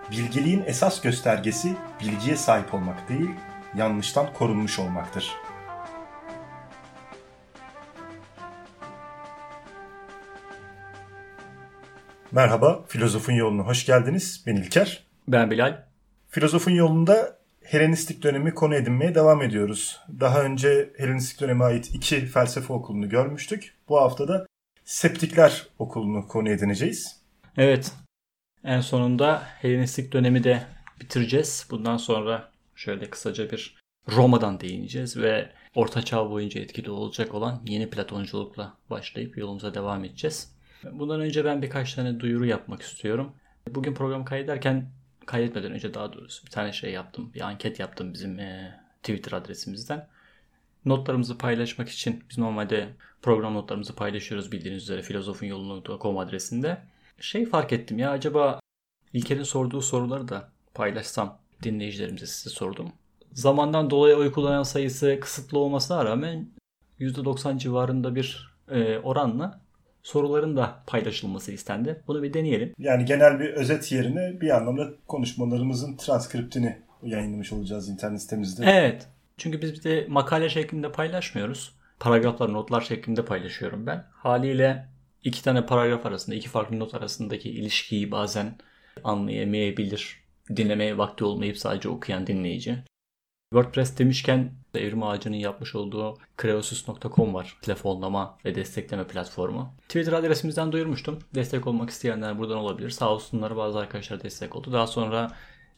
Bilgeliğin esas göstergesi bilgiye sahip olmak değil, yanlıştan korunmuş olmaktır. Merhaba, Filozofun Yolu'na hoş geldiniz. Ben İlker. Ben Bilal. Filozofun Yolu'nda Helenistik dönemi konu edinmeye devam ediyoruz. Daha önce Helenistik döneme ait 2 felsefe okulunu görmüştük. Bu hafta da Septikler okulunu konu edineceğiz. Evet, en sonunda Helenistik dönemi de bitireceğiz. Bundan sonra şöyle kısaca bir Roma'dan değineceğiz ve Orta Çağ boyunca etkili olacak olan yeni Platonculukla başlayıp yolumuza devam edeceğiz. Bundan önce ben birkaç tane duyuru yapmak istiyorum. Bugün programı kaydetmeden önce daha doğrusu bir tane şey yaptım. Bir anket yaptım bizim Twitter adresimizden. Notlarımızı paylaşmak için biz normalde program notlarımızı paylaşıyoruz bildiğiniz üzere filozofunyolu.com adresinde. Fark ettim ya, acaba İlker'in sorduğu soruları da paylaşsam dinleyicilerimize, size sordum. Zamandan dolayı oy kullanan sayısı kısıtlı olmasına rağmen %90 civarında bir oranla soruların da paylaşılması istendi. Bunu bir deneyelim. Yani genel bir özet yerine bir anlamda konuşmalarımızın transkriptini yayınlamış olacağız internet sitemizde. Evet. Çünkü biz bir de makale şeklinde paylaşmıyoruz. Paragraflar, notlar şeklinde paylaşıyorum ben. Haliyle 2 tane paragraf arasında, 2 farklı not arasındaki ilişkiyi bazen anlayamayabilir. Dinlemeye vakti olmayıp sadece okuyan dinleyici. WordPress demişken Evrim Ağacı'nın yapmış olduğu kreosus.com var. Telefonlama ve destekleme platformu. Twitter adresimizden duyurmuştum. Destek olmak isteyenler buradan olabilir. Sağ olsunlar, bazı arkadaşlar destek oldu. Daha sonra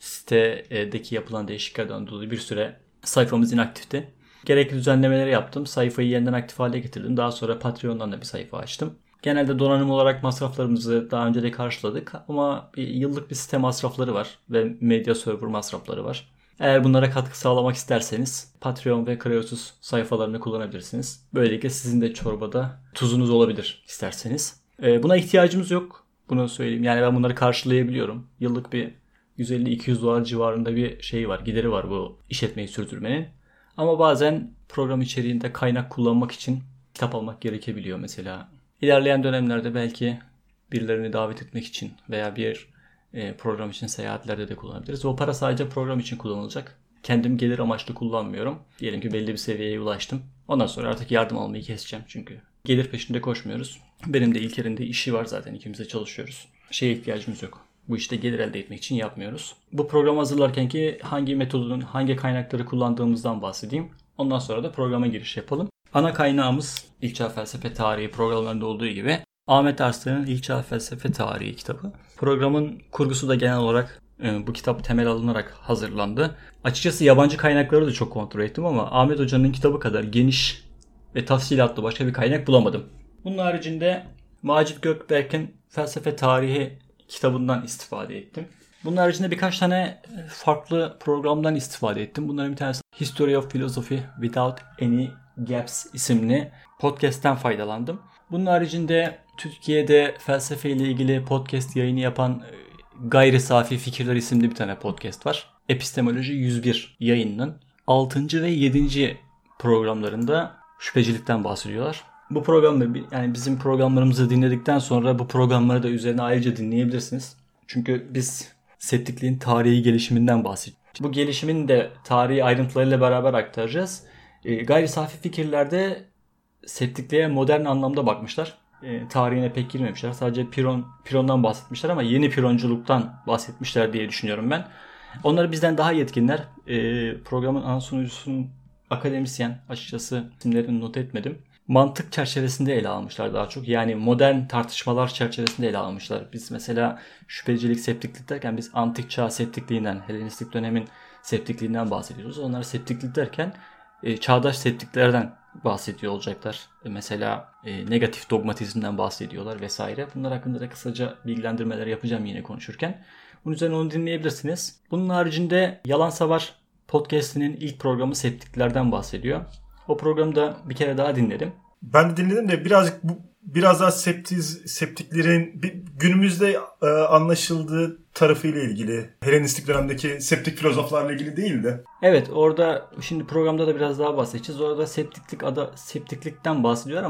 sitedeki yapılan değişikliklerden dolayı bir süre sayfamız inaktifti. Gerekli düzenlemeleri yaptım. Sayfayı yeniden aktif hale getirdim. Daha sonra Patreon'dan da bir sayfa açtım. Genelde donanım olarak masraflarımızı daha önce de karşıladık. Ama yıllık bir site masrafları var. Ve medya server masrafları var. Eğer bunlara katkı sağlamak isterseniz Patreon ve Kreosus sayfalarını kullanabilirsiniz. Böylelikle sizin de çorbada tuzunuz olabilir isterseniz. Buna ihtiyacımız yok. Bunu söyleyeyim. Yani ben bunları karşılayabiliyorum. Yıllık bir $150-200 civarında bir var, gideri var bu işletmeyi sürdürmenin. Ama bazen program içeriğinde kaynak kullanmak için kitap almak gerekebiliyor mesela. İlerleyen dönemlerde belki birilerini davet etmek için veya bir program için seyahatlerde de kullanabiliriz. O para sadece program için kullanılacak. Kendim gelir amaçlı kullanmıyorum. Diyelim ki belli bir seviyeye ulaştım. Ondan sonra artık yardım almayı keseceğim çünkü. Gelir peşinde koşmuyoruz. Benim de İlker'in de işi var zaten, ikimiz de çalışıyoruz. İhtiyacımız yok. Bu işte gelir elde etmek için yapmıyoruz. Bu programı hazırlarken ki hangi metodun, hangi kaynakları kullandığımızdan bahsedeyim. Ondan sonra da programa giriş yapalım. Ana kaynağımız İlk Çağ Felsefe Tarihi programlarında olduğu gibi Ahmet Arslan'ın İlk Çağ Felsefe Tarihi kitabı. Programın kurgusu da genel olarak bu kitap temel alınarak hazırlandı. Açıkçası yabancı kaynakları da çok kontrol ettim ama Ahmet Hoca'nın kitabı kadar geniş ve tafsilatlı başka bir kaynak bulamadım. Bunun haricinde Macit Gökberk'in Felsefe Tarihi kitabından istifade ettim. Bunun haricinde birkaç tane farklı programdan istifade ettim. Bunların bir tanesi History of Philosophy Without Any Gaps isimli podcast'ten faydalandım. Bunun haricinde Türkiye'de felsefe ile ilgili podcast yayını yapan Gayri Safi Fikirler isimli bir tane podcast var. Epistemoloji 101 yayınının 6. ve 7. programlarında şüphecilikten bahsediyorlar. Bu programda yani bizim programlarımızı dinledikten sonra bu programları da üzerine ayrıca dinleyebilirsiniz. Çünkü biz septikliğin tarihi gelişiminden bahsediyoruz. Bu gelişimin de tarihi ayrıntılarıyla beraber aktaracağız. Gayri safi fikirlerde septikliğe modern anlamda bakmışlar. Tarihine pek girmemişler. Sadece Piron'dan bahsetmişler ama yeni Pironculuktan bahsetmişler diye düşünüyorum ben. Onları bizden daha yetkinler. Programın ana sunucusunun akademisyen, açıkçası isimlerini not etmedim. Mantık çerçevesinde ele almışlar daha çok. Yani modern tartışmalar çerçevesinde ele almışlar. Biz mesela şüphecilik, septiklik derken biz antik çağ septikliğinden, Helenistik dönemin septikliğinden bahsediyoruz. Onlar septiklik derken çağdaş septiklerden bahsediyor olacaklar. Mesela negatif dogmatizmden bahsediyorlar vesaire. Bunlar hakkında da kısaca bilgilendirmeler yapacağım yine konuşurken. Bunun üzerine onu dinleyebilirsiniz. Bunun haricinde Yalan Savar podcast'inin ilk programı septiklerden bahsediyor. O programı da bir kere daha dinledim. Ben de dinledim de biraz daha septiklerin günümüzde anlaşıldığı tarafıyla ilgili. Helenistik dönemdeki septik filozoflarla ilgili değil de. Evet, orada şimdi programda da biraz daha bahsedeceğiz. Orada septiklikten bahsediyor ama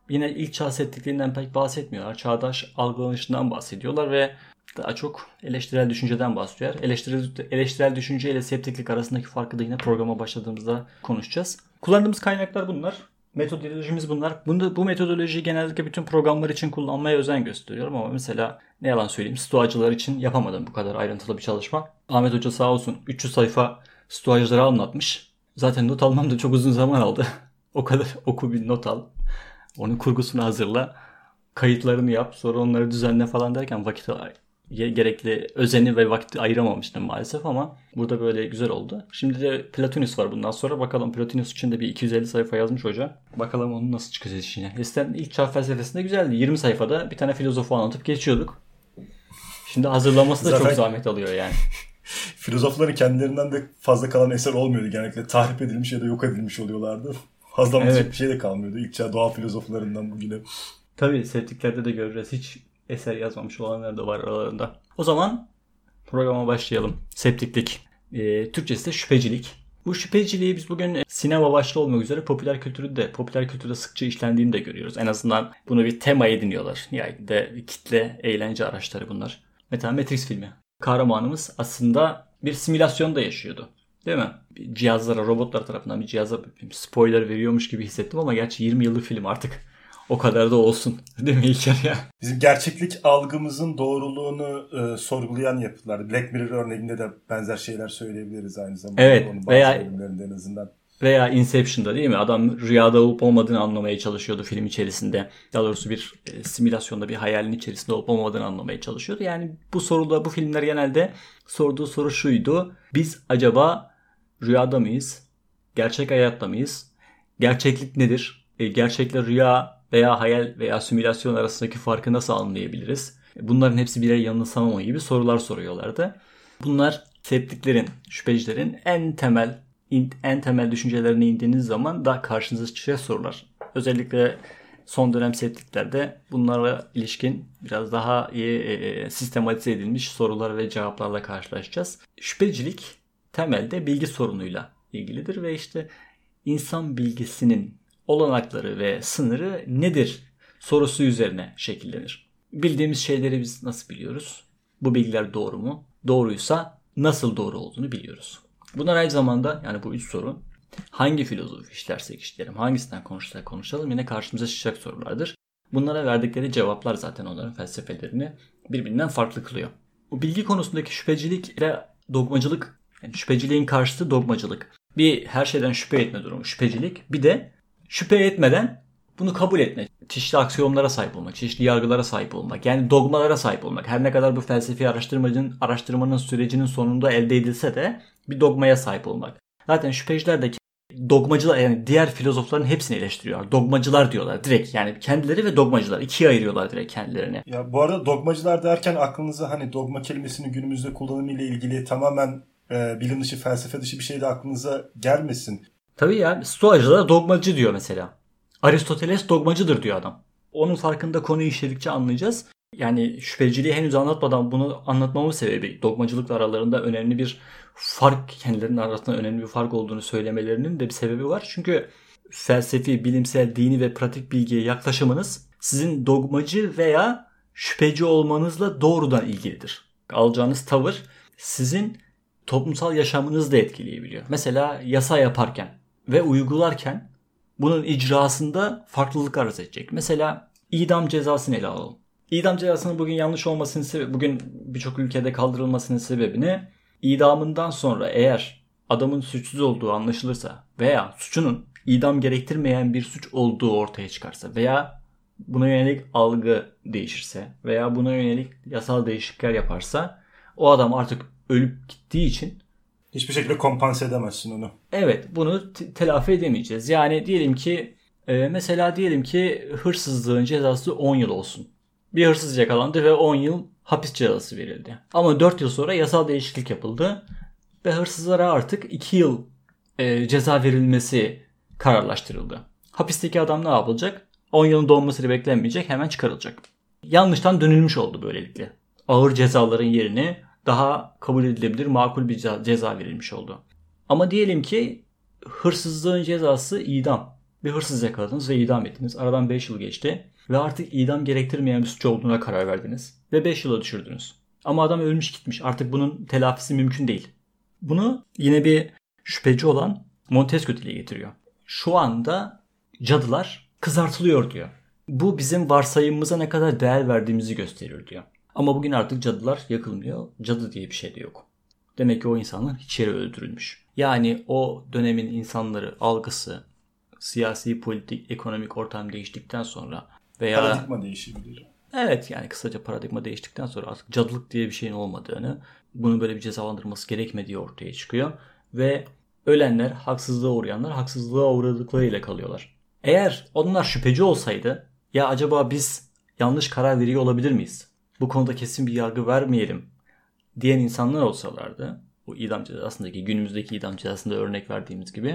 yine ilk çağ settikliğinden pek bahsetmiyorlar. Çağdaş algılanışından bahsediyorlar ve daha çok eleştirel düşünceden bahsediyor. Eleştirel düşünce ile septiklik arasındaki farkı da yine programa başladığımızda konuşacağız. Kullandığımız kaynaklar bunlar. Metodolojimiz bunlar. Bu metodolojiyi genellikle bütün programlar için kullanmaya özen gösteriyorum ama mesela ne yalan söyleyeyim, stoacılar için yapamadım bu kadar ayrıntılı bir çalışma. Ahmet Hoca sağ olsun 300 sayfa stoacıları anlatmış. Zaten not almam da çok uzun zaman aldı. O kadar oku, bir not al. Onun kurgusunu hazırla. Kayıtlarını yap. Sonra onları düzenle falan derken gerekli özeni ve vakti ayıramamıştım maalesef ama burada böyle güzel oldu. Şimdi de Plotinus var bundan sonra. Bakalım, Plotinus için de bir 250 sayfa yazmış hoca. Bakalım onun nasıl çıkacak işine. Eskiden ilk çağ felsefesinde güzeldi. 20 sayfada bir tane filozofu anlatıp geçiyorduk. Şimdi hazırlaması da zaten çok zahmet alıyor yani. Filozofların kendilerinden de fazla kalan eser olmuyordu. Genellikle tahrip edilmiş ya da yok edilmiş oluyorlardı. Hazırlanacak bir şey de kalmıyordu. İlk çağ doğa filozoflarından bugüne. Tabii septiklerde de göreceğiz. Hiç eser yazmamış olanlar da var aralarında. O zaman programa başlayalım. Septiklik. Türkçesi de şüphecilik. Bu şüpheciliği biz bugün sinema başta olmak üzere popüler kültürde sıkça işlendiğini de görüyoruz. En azından bunu bir tema ediniyorlar. Yani de kitle eğlence araçları bunlar. Mesela Matrix filmi. Kahramanımız aslında bir simülasyonda yaşıyordu. Değil mi? Cihazlara, robotlar tarafından bir cihaza spoiler veriyormuş gibi hissettim ama gerçi 20 yıllık film artık. O kadar da olsun. Değil mi İlker ya? Bizim gerçeklik algımızın doğruluğunu sorgulayan yapıtlar. Black Mirror örneğinde de benzer şeyler söyleyebiliriz aynı zamanda. Evet. Onun bazı bölümlerinde en azından. Veya Inception'da değil mi? Adam rüyada olup olmadığını anlamaya çalışıyordu film içerisinde. Daha doğrusu bir simülasyonda, bir hayalin içerisinde olup olmadığını anlamaya çalışıyordu. Yani bu filmler genelde sorduğu soru şuydu. Biz acaba rüyada mıyız? Gerçek hayatta mıyız? Gerçeklik nedir? Gerçekle rüya veya hayal veya simülasyon arasındaki farkı nasıl anlayabiliriz? Bunların hepsi birer yanılsama gibi sorular soruyorlardı. Bunlar septiklerin, şüphecilerin en temel düşüncelerine indiğiniz zaman da karşınıza çıkacak sorular. Özellikle son dönem septiklerde bunlarla ilişkin biraz daha iyi sistematize edilmiş sorular ve cevaplarla karşılaşacağız. Şüphecilik temelde bilgi sorunuyla ilgilidir ve işte insan bilgisinin olanakları ve sınırı nedir sorusu üzerine şekillenir. Bildiğimiz şeyleri biz nasıl biliyoruz? Bu bilgiler doğru mu? Doğruysa nasıl doğru olduğunu biliyoruz. Bunlar aynı zamanda, yani bu üç soru, hangi filozofi işlersek işleyelim, hangisinden konuşsak konuşalım yine karşımıza çıkacak sorulardır. Bunlara verdikleri cevaplar zaten onların felsefelerini birbirinden farklı kılıyor. Bu bilgi konusundaki şüphecilik ve dogmacılık, yani şüpheciliğin karşıtı dogmacılık. Bir her şeyden şüphe etme durumu şüphecilik, bir de şüphe etmeden bunu kabul etme, çeşitli aksiyonlara sahip olmak, çeşitli yargılara sahip olmak, yani dogmalara sahip olmak. Her ne kadar bu felsefi araştırmanın sürecinin sonunda elde edilse de bir dogmaya sahip olmak. Zaten şüpheciler de dogmacılar, yani diğer filozofların hepsini eleştiriyorlar. Dogmacılar diyorlar direkt, yani kendileri ve dogmacılar ikiye ayırıyorlar direkt kendilerini. Ya bu arada dogmacılar derken aklınıza hani dogma kelimesinin günümüzde kullanımıyla ilgili tamamen bilim dışı, felsefe dışı bir şey de aklınıza gelmesin. Tabii ya, stoacılar dogmacı diyor mesela. Aristoteles dogmacıdır diyor adam. Onun farkında konuyu işledikçe anlayacağız. Yani şüpheciliği henüz anlatmadan bunu anlatmamın sebebi dogmacılıkla aralarında önemli bir fark, kendilerinin arasında önemli bir fark olduğunu söylemelerinin de bir sebebi var. Çünkü felsefi, bilimsel, dini ve pratik bilgiye yaklaşımınız sizin dogmacı veya şüpheci olmanızla doğrudan ilgilidir. Alacağınız tavır sizin toplumsal yaşamınızı da etkileyebiliyor. Mesela yasa yaparken ve uygularken bunun icrasında farklılık arz edecek. Mesela idam cezasını ele alalım. İdam cezasının bugün yanlış olmasının sebebi, bugün birçok ülkede kaldırılmasının sebebini, idamından sonra eğer adamın suçsuz olduğu anlaşılırsa veya suçunun idam gerektirmeyen bir suç olduğu ortaya çıkarsa veya buna yönelik algı değişirse veya buna yönelik yasal değişiklikler yaparsa o adam artık ölüp gittiği için hiçbir şekilde kompanse edemezsin onu. Evet, bunu telafi edemeyeceğiz. Yani diyelim ki mesela diyelim ki hırsızlığın cezası 10 yıl olsun. Bir hırsız yakalandı ve 10 yıl hapis cezası verildi. Ama 4 yıl sonra yasal değişiklik yapıldı ve hırsızlara artık 2 yıl ceza verilmesi kararlaştırıldı. Hapisteki adam ne yapılacak? 10 yılın dolmasını beklenmeyecek, hemen çıkarılacak. Yanlıştan dönülmüş oldu böylelikle. Ağır cezaların yerine daha kabul edilebilir, makul bir ceza verilmiş oldu. Ama diyelim ki hırsızlığın cezası idam. Bir hırsız yakaladınız ve idam ettiniz. Aradan 5 yıl geçti ve artık idam gerektirmeyen bir suç olduğuna karar verdiniz. Ve 5 yıla düşürdünüz. Ama adam ölmüş gitmiş. Artık bunun telafisi mümkün değil. Bunu yine bir şüpheci olan Montesquieu dile getiriyor. Şu anda cadılar kızartılıyor diyor. Bu bizim varsayımımıza ne kadar değer verdiğimizi gösteriyor diyor. Ama bugün artık cadılar yakılmıyor. Cadı diye bir şey de yok. Demek ki o insanlar hiç yere öldürülmüş. Yani o dönemin insanları algısı, siyasi, politik, ekonomik ortam değiştikten sonra veya... Paradigma değişebilir. Evet, yani kısaca paradigma değiştikten sonra artık cadılık diye bir şeyin olmadığını, bunun böyle bir cezalandırılması gerekmediği ortaya çıkıyor. Ve ölenler, haksızlığa uğrayanlar haksızlığa uğradıklarıyla kalıyorlar. Eğer onlar şüpheci olsaydı, ya acaba biz yanlış karar veriyor olabilir miyiz? Bu konuda kesin bir yargı vermeyelim diyen insanlar olsalardı, bu idam cezasındaki, günümüzdeki idam cezasında örnek verdiğimiz gibi,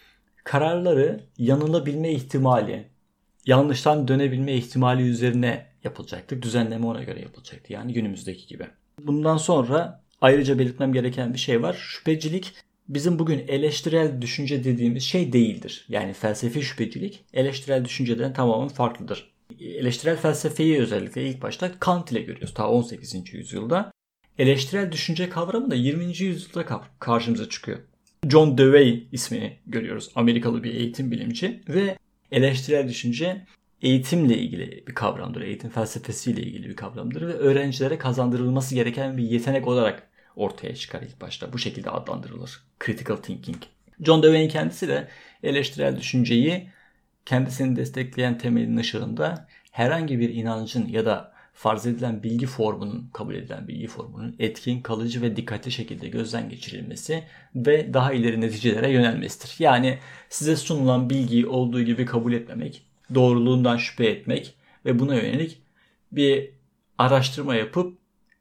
kararları yanılabilme ihtimali, yanlıştan dönebilme ihtimali üzerine yapılacaktı. Düzenleme ona göre yapılacaktı. Yani günümüzdeki gibi. Bundan sonra ayrıca belirtmem gereken bir şey var. Şüphecilik bizim bugün eleştirel düşünce dediğimiz şey değildir. Yani felsefi şüphecilik eleştirel düşünceden tamamen farklıdır. Eleştirel felsefeyi özellikle ilk başta Kant ile görüyoruz. Ta 18. yüzyılda. Eleştirel düşünce kavramı da 20. yüzyılda karşımıza çıkıyor. John Dewey ismini görüyoruz. Amerikalı bir eğitim bilimci ve eleştirel düşünce eğitimle ilgili bir kavramdır. Eğitim felsefesiyle ilgili bir kavramdır ve öğrencilere kazandırılması gereken bir yetenek olarak ortaya çıkar ilk başta. Bu şekilde adlandırılır. Critical thinking. John Dewey'in kendisi de eleştirel düşünceyi kendisini destekleyen temelin ışığında herhangi bir inancın ya da farz edilen bilgi formunun, kabul edilen bilgi formunun etkin, kalıcı ve dikkatli şekilde gözden geçirilmesi ve daha ileri neticelere yönelmesidir. Yani size sunulan bilgiyi olduğu gibi kabul etmemek, doğruluğundan şüphe etmek ve buna yönelik bir araştırma yapıp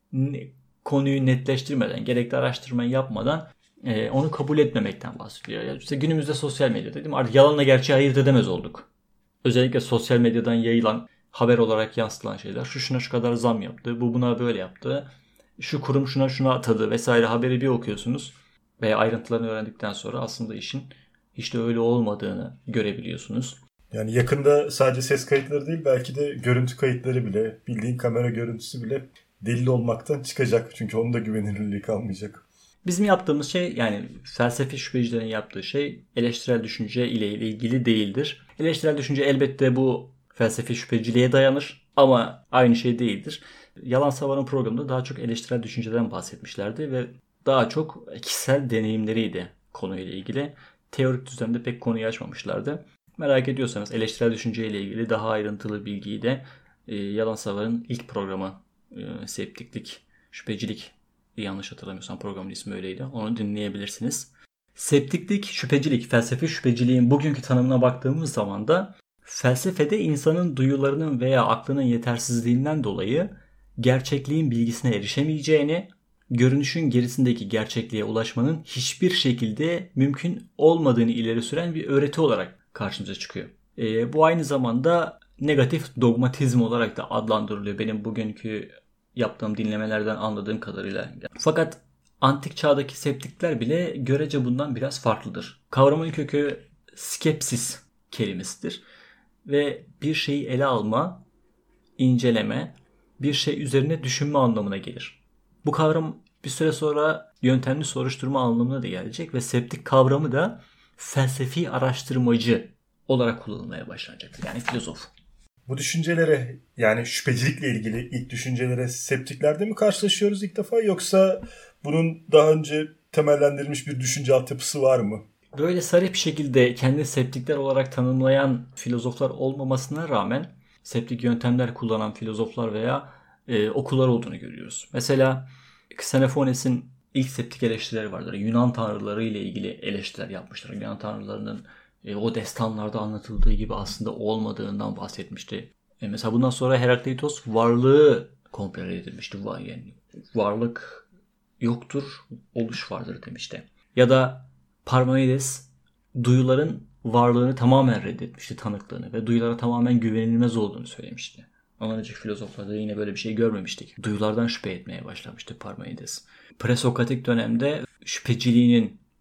konuyu netleştirmeden, gerekli araştırmayı yapmadan onu kabul etmemekten bahsediyor. Yani işte günümüzde sosyal medya dedim, artık yalanla gerçeği ayırt edemez olduk. Özellikle sosyal medyadan yayılan, haber olarak yansıtılan şeyler. Şu şuna şu kadar zam yaptı, bu buna böyle yaptı, şu kurum şuna atadı vesaire haberi bir okuyorsunuz veya ayrıntılarını öğrendikten sonra aslında işin hiç de öyle olmadığını görebiliyorsunuz. Yani yakında sadece ses kayıtları değil, belki de görüntü kayıtları bile, bildiğin kamera görüntüsü bile delil olmaktan çıkacak. Çünkü onun da güvenilirliği kalmayacak. Bizim yaptığımız şey, yani felsefi şüphecilerin yaptığı şey eleştirel düşünce ile ilgili değildir. Eleştirel düşünce elbette bu felsefi şüpheciliğe dayanır ama aynı şey değildir. Yalan Savar'ın programında daha çok eleştirel düşünceden bahsetmişlerdi ve daha çok kişisel deneyimleriydi konuyla ilgili. Teorik düzlemde pek konuyu açmamışlardı. Merak ediyorsanız eleştirel düşünce ile ilgili daha ayrıntılı bilgiyi de Yalan Savar'ın ilk programı Septiklik, Şüphecilik, yanlış hatırlamıyorsam programın ismi öyleydi. Onu dinleyebilirsiniz. Septiklik, şüphecilik, felsefi şüpheciliğin bugünkü tanımına baktığımız zaman da felsefede insanın duyularının veya aklının yetersizliğinden dolayı gerçekliğin bilgisine erişemeyeceğini, görünüşün gerisindeki gerçekliğe ulaşmanın hiçbir şekilde mümkün olmadığını ileri süren bir öğreti olarak karşımıza çıkıyor. Bu aynı zamanda negatif dogmatizm olarak da adlandırılıyor benim bugünkü yaptığım dinlemelerden anladığım kadarıyla. Fakat antik çağdaki septikler bile görece bundan biraz farklıdır. Kavramın kökü skepsis kelimesidir ve bir şeyi ele alma, inceleme, bir şey üzerine düşünme anlamına gelir. Bu kavram bir süre sonra yöntemli soruşturma anlamına da gelecek ve septik kavramı da felsefi araştırmacı olarak kullanılmaya başlanacaktır. Yani filozof. Bu düşüncelere, yani şüphecilikle ilgili ilk düşüncelere septiklerde mi karşılaşıyoruz ilk defa, yoksa bunun daha önce temellendirilmiş bir düşünce altyapısı var mı? Böyle sarih bir şekilde kendini septikler olarak tanımlayan filozoflar olmamasına rağmen septik yöntemler kullanan filozoflar veya okullar olduğunu görüyoruz. Mesela Xenophonet'in ilk septik eleştirileri vardır. Yunan tanrıları ile ilgili eleştiriler yapmışlar. Yunan tanrılarının o destanlarda anlatıldığı gibi aslında olmadığından bahsetmişti. Mesela bundan sonra Herakleitos varlığı komple edilmişti. Yani varlık yoktur, oluş vardır demişti. Ya da Parmenides duyuların varlığını tamamen reddetmişti, tanıklığını ve duyulara tamamen güvenilmez olduğunu söylemişti. Ondan önceki filozoflarda yine böyle bir şey görmemiştik. Duyulardan şüphe etmeye başlamıştı Parmenides. Presokratik dönemde şüpheciliğinin,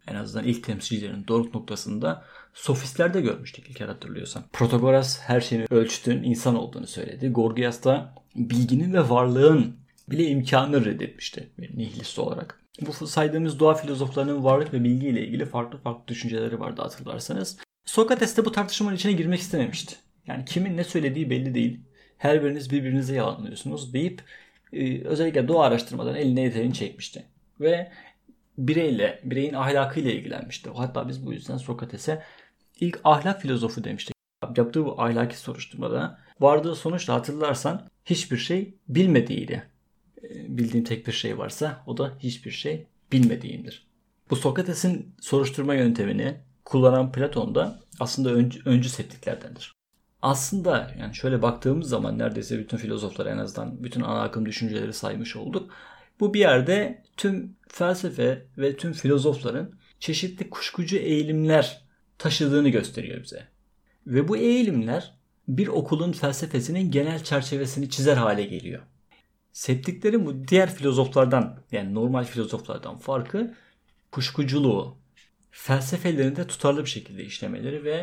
en azından ilk temsilcilerin doruk noktasında sofistlerde görmüştük ilk hatırlıyorsan. Protagoras her şeyin ölçütün insan olduğunu söyledi. Gorgias da bilginin ve varlığın bile imkanını reddetmişti nihilist olarak. Bu saydığımız doğa filozoflarının varlık ve bilgi ile ilgili farklı düşünceleri vardı hatırlarsanız. Sokrates de bu tartışmanın içine girmek istememişti. Yani kimin ne söylediği belli değil. Her biriniz birbirinize yalanlıyorsunuz deyip özellikle doğa araştırmadan eline yeterini çekmişti. Ve bireyin ahlakıyla ilgilenmişti. Hatta biz bu yüzden Sokrates'e ilk ahlak filozofu demiştik. Yaptığı bu ahlaki soruşturmada vardığı sonuçta hatırlarsan hiçbir şey bilmediğiydi. Bildiğim tek bir şey varsa o da hiçbir şey bilmediğimdir. Bu Sokrates'in soruşturma yöntemini kullanan Platon da aslında öncü septiklerdendir. Aslında yani şöyle baktığımız zaman neredeyse bütün filozoflar en azından bütün ana akım düşünceleri saymış olduk. Bu bir yerde tüm felsefe ve tüm filozofların çeşitli kuşkucu eğilimler taşıdığını gösteriyor bize. Ve bu eğilimler bir okulun felsefesinin genel çerçevesini çizer hale geliyor. Septiklerin bu diğer filozoflardan yani normal filozoflardan farkı kuşkuculuğu, felsefelerinde tutarlı bir şekilde işlemeleri ve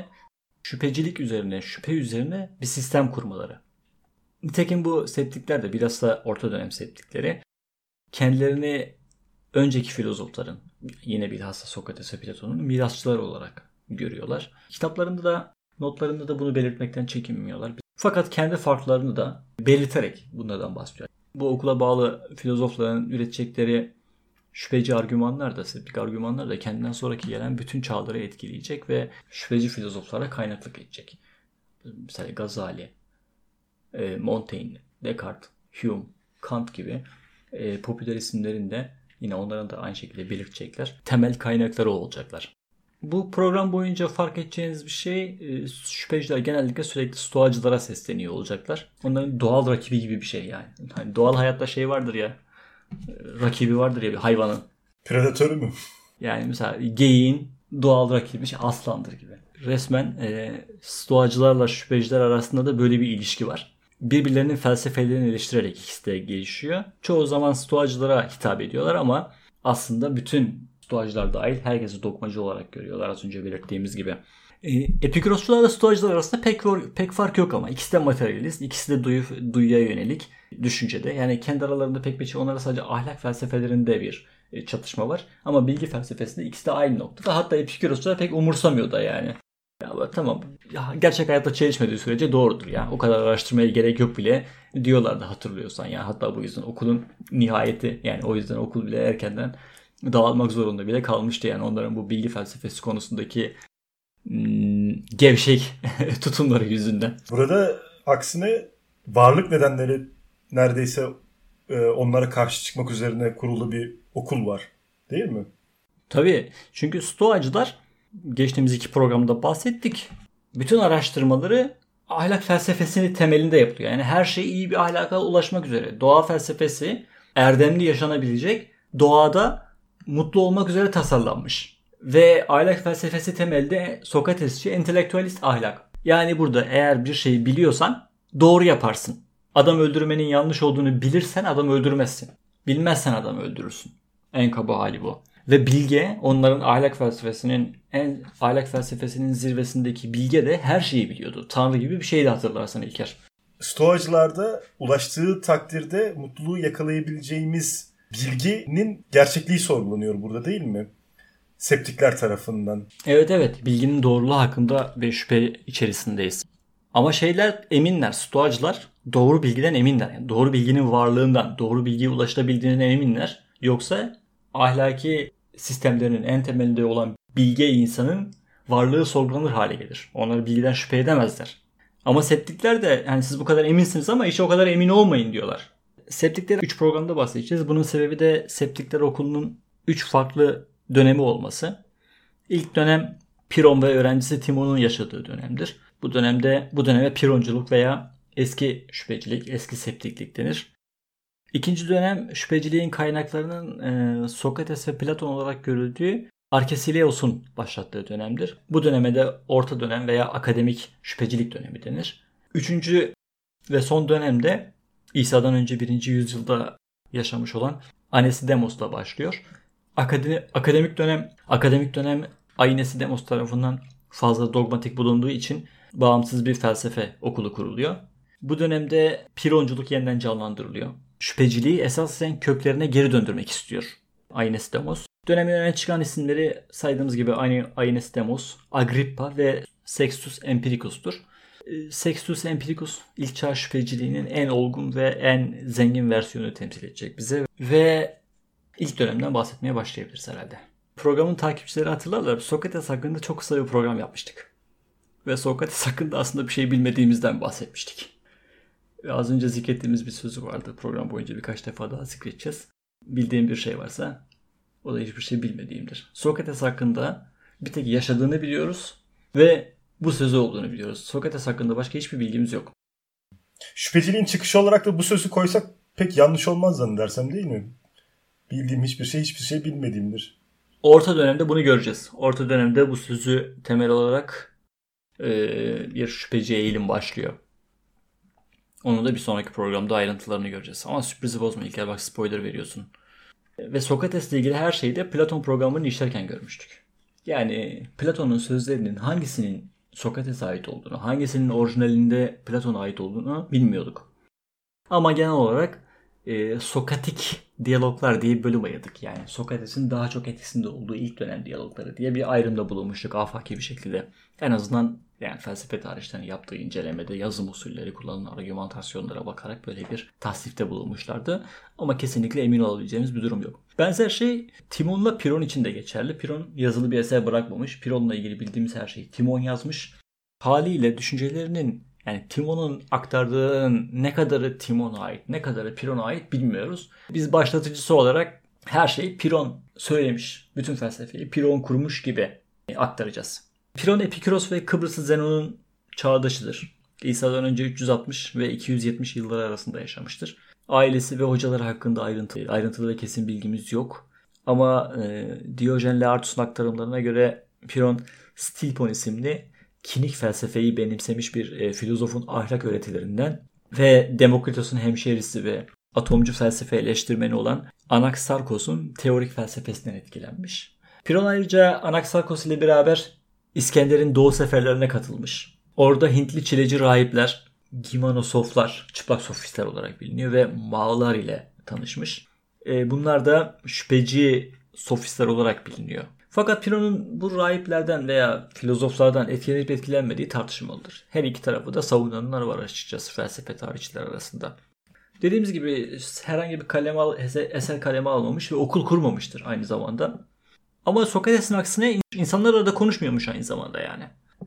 şüphe üzerine bir sistem kurmaları. Nitekim bu septikler de biraz da orta dönem septikleri kendilerini önceki filozofların yine bilhassa Sokrates ve Platon'un mirasçıları olarak görüyorlar. Kitaplarında da notlarında da bunu belirtmekten çekinmiyorlar. Fakat kendi farklarını da belirterek bunlardan bahsediyor. Bu okula bağlı filozofların üretecekleri şüpheci argümanlar da, septik argümanlar da kendinden sonraki gelen bütün çağları etkileyecek ve şüpheci filozoflara kaynaklık edecek. Mesela Gazali, Montaigne, Descartes, Hume, Kant gibi popüler isimlerin de yine onların da aynı şekilde belirtecekler. Temel kaynakları olacaklar. Bu program boyunca fark edeceğiniz bir şey şüpheciler genellikle sürekli stoacılara sesleniyor olacaklar. Onların doğal rakibi gibi bir şey yani. Hani doğal hayatta şey vardır ya, rakibi vardır ya bir hayvanın. Predatörü mü? Yani mesela geyiğin doğal rakibi aslandır gibi. Resmen stoacılarla şüpheciler arasında da böyle bir ilişki var. Birbirlerinin felsefelerini eleştirerek ikisi de gelişiyor. Çoğu zaman stoacılara hitap ediyorlar ama aslında bütün stoacılar dahil herkesi dogmacı olarak görüyorlar az önce belirttiğimiz gibi. Epikurosçularla stoacılar arasında pek fark yok ama ikisi de materyalist, ikisi de duyuya yönelik düşüncede. Yani kendi aralarında pek bir şey, onlara sadece ahlak felsefelerinde bir çatışma var. Ama bilgi felsefesinde ikisi de aynı noktada. Hatta Epikurosçular pek umursamıyor da yani. Ya tamam, ya gerçek hayatta çelişmediği sürece doğrudur ya. O kadar araştırmaya gerek yok bile diyorlardı hatırlıyorsan ya. Hatta bu yüzden okulun nihayeti, yani o yüzden okul bile erkenden dağılmak zorunda bile kalmıştı yani onların bu bilgi felsefesi konusundaki gevşek tutumları yüzünden. Burada aksine varlık nedenleri neredeyse onlara karşı çıkmak üzerine kurulu bir okul var. Değil mi? Tabii. Çünkü stoacılar geçtiğimiz 2 programda bahsettik. Bütün araştırmaları ahlak felsefesinin temelinde yapılıyor. Yani her şey iyi bir ahlaka ulaşmak üzere. Doğa felsefesi erdemli yaşanabilecek, doğada mutlu olmak üzere tasarlanmış. Ve ahlak felsefesi temelde Sokratesçi entelektüelist ahlak. Yani burada eğer bir şeyi biliyorsan doğru yaparsın. Adam öldürmenin yanlış olduğunu bilirsen adam öldürmezsin. Bilmezsen adam öldürürsün. En kaba hali bu. Ve bilge, onların ahlak felsefesinin zirvesindeki bilge de her şeyi biliyordu. Tanrı gibi bir şeydi hatırlarsan İlker. Stoacılarda ulaştığı takdirde mutluluğu yakalayabileceğimiz bilginin gerçekliği sorgulanıyor burada değil mi? Septikler tarafından. Evet. Bilginin doğruluğu hakkında bir şüphe içerisindeyiz. Ama eminler, stoacılar doğru bilgiden eminler. Yani doğru bilginin varlığından, doğru bilgiye ulaşılabildiğine eminler. Yoksa ahlaki sistemlerinin en temelinde olan bilge insanın varlığı sorgulanır hale gelir. Onlar bilgiden şüphe edemezler. Ama septikler de yani siz bu kadar eminsiniz ama işte o kadar emin olmayın diyorlar. Septikleri 3 programda bahsedeceğiz. Bunun sebebi de septikler okulunun 3 farklı dönemi olması. İlk dönem Piron ve öğrencisi Timon'un yaşadığı dönemdir. Bu döneme Pironculuk veya eski şüphecilik, eski septiklik denir. İkinci dönem şüpheciliğin kaynaklarının Sokrates ve Platon olarak görüldüğü Arkesileos'un başlattığı dönemdir. Bu döneme de orta dönem veya akademik şüphecilik dönemi denir. Üçüncü ve son dönemde İsa'dan önce 1. yüzyılda yaşamış olan Anaximandos'la başlıyor. akademik dönem Aeneas Demos tarafından fazla dogmatik bulunduğu için bağımsız bir felsefe okulu kuruluyor. Bu dönemde Pironculuk yeniden canlandırılıyor. Şüpheciliği esasen köklerine geri döndürmek istiyor Aeneas Demos. Dönemin öne çıkan isimleri saydığımız gibi Aeneas Demos, Agrippa ve Sextus Empiricus'tur. Sextus Empiricus ilk çağ şüpheciliğinin en olgun ve en zengin versiyonunu temsil edecek bize ve ilk dönemden bahsetmeye başlayabiliriz herhalde. Programın takipçileri hatırlarlar. Sokrates hakkında çok kısa bir program yapmıştık. Ve Sokrates hakkında aslında bir şey bilmediğimizden bahsetmiştik. Ve az önce zikrettiğimiz bir sözü vardı. Program boyunca birkaç defa daha zikredeceğiz. Bildiğim bir şey varsa o da hiçbir şey bilmediğimdir. Sokrates hakkında bir tek yaşadığını biliyoruz ve bu sözü olduğunu biliyoruz. Sokrates hakkında başka hiçbir bilgimiz yok. Şüpheciliğin çıkışı olarak da bu sözü koysak pek yanlış olmaz zannedersem, değil mi? Bildiğim hiçbir şey bilmediğimdir. Orta dönemde bunu göreceğiz. Orta dönemde bu sözü temel olarak bir şüpheci eğilim başlıyor. Onu da bir sonraki programda ayrıntılarını göreceğiz. Ama sürprizi bozma İlker, bak spoiler veriyorsun. Ve Sokrates'le ilgili her şeyi de Platon programını işlerken görmüştük. Yani Platon'un sözlerinin hangisinin Sokrates'e ait olduğunu, hangisinin orijinalinde Platon'a ait olduğunu bilmiyorduk. Ama genel olarak Sokratik diyaloglar diye bir bölüm ayırdık. Yani Sokrates'in daha çok etkisinde olduğu ilk dönem diyalogları diye bir ayrımda bulunmuştuk afaki bir şekilde. En azından yani felsefe tarihçilerinin yaptığı incelemede yazım usulleri, kullanılan argümantasyonlara bakarak böyle bir tasnifte bulunmuşlardı. Ama kesinlikle emin olabileceğimiz bir durum yok. Benzer şey Timon'la Piron için de geçerli. Piron yazılı bir eser bırakmamış. Piron'la ilgili bildiğimiz her şeyi Timon yazmış. Haliyle düşüncelerinin, yani Timon'un aktardığının ne kadarı Timon'a ait, ne kadarı Piron'a ait bilmiyoruz. Biz başlatıcısı olarak her şeyi Piron söylemiş. Bütün felsefeyi Piron kurmuş gibi aktaracağız. Piron, Epikuros ve Kıbrıslı Zenon'un çağdaşıdır. İsa'dan önce 360 ve 270 yılları arasında yaşamıştır. Ailesi ve hocaları hakkında ayrıntılı ve kesin bilgimiz yok. Ama Diyojen Laertius'un aktarımlarına göre Piron Stilpon isimli kinik felsefeyi benimsemiş bir filozofun ahlak öğretilerinden ve Demokritos'un hemşehrisi ve atomcu felsefe eleştirmeni olan Anaxarkos'un teorik felsefesinden etkilenmiş. Piron ayrıca Anaxarkos ile beraber İskender'in doğu seferlerine katılmış. Orada Hintli çileci rahipler, Gimanosoflar, çıplak sofistler olarak biliniyor ve Mağlar ile tanışmış. Bunlar da şüpheci sofistler olarak biliniyor. Fakat Piron'un bu rahiplerden veya filozoflardan etkilenip etkilenmediği tartışmalıdır. Her iki tarafı da savunanlar var açıkçası felsefe tarihçiler arasında. Dediğimiz gibi herhangi bir eser kaleme almamış ve okul kurmamıştır aynı zamanda. Ama Sokrates'in aksine insanlarla da konuşmuyormuş aynı zamanda yani.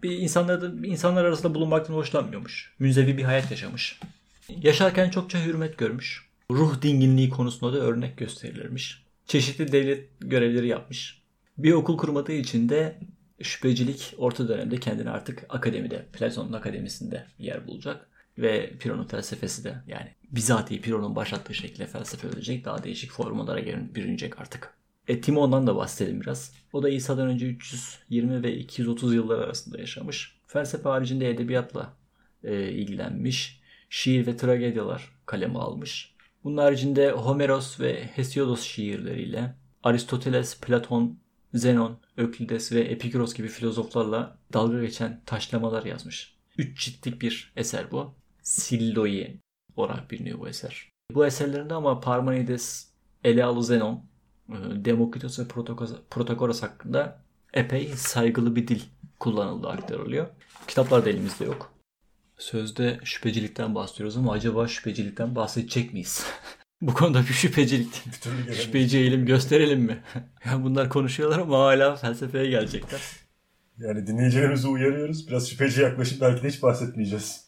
İnsanlar arasında bulunmaktan hoşlanmıyormuş. Münzevi bir hayat yaşamış. Yaşarken çokça hürmet görmüş. Ruh dinginliği konusunda da örnek gösterilirmiş. Çeşitli devlet görevleri yapmış. Bir okul kurmadığı için de şüphecilik orta dönemde kendini artık akademide, Platon'un akademisinde yer bulacak. Ve Piron'un felsefesi de yani bizatihi Piron'un başlattığı şekilde felsefe ölecek, daha değişik formalara bürünecek artık. Timon'dan da bahsedelim biraz. O da İsa'dan önce 320 ve 230 yıllar arasında yaşamış. Felsefe haricinde edebiyatla ilgilenmiş. Şiir ve tragedyalar kaleme almış. Bunun haricinde Homeros ve Hesiodos şiirleriyle Aristoteles, Platon, Zenon, Öklides ve Epikuros gibi filozoflarla dalga geçen taşlamalar yazmış. 3 ciltlik bir eser bu. Silloi olarak biliniyor bu eser. Bu eserlerinde ama Parmenides, Elealı Zenon, Demokritos ve Protagoras hakkında epey saygılı bir dil kullanıldığı aktarılıyor. Kitaplar da elimizde yok. Sözde şüphecilikten bahsediyoruz ama acaba şüphecilikten bahsedecek miyiz? Bu konuda bir şüpheci eğilim gösterelim mi? Ya bunlar konuşuyorlar ama hala felsefeye gelecekler. Yani dinleyicilerimizi uyarıyoruz. Biraz şüpheci yaklaşıp belki de hiç bahsetmeyeceğiz.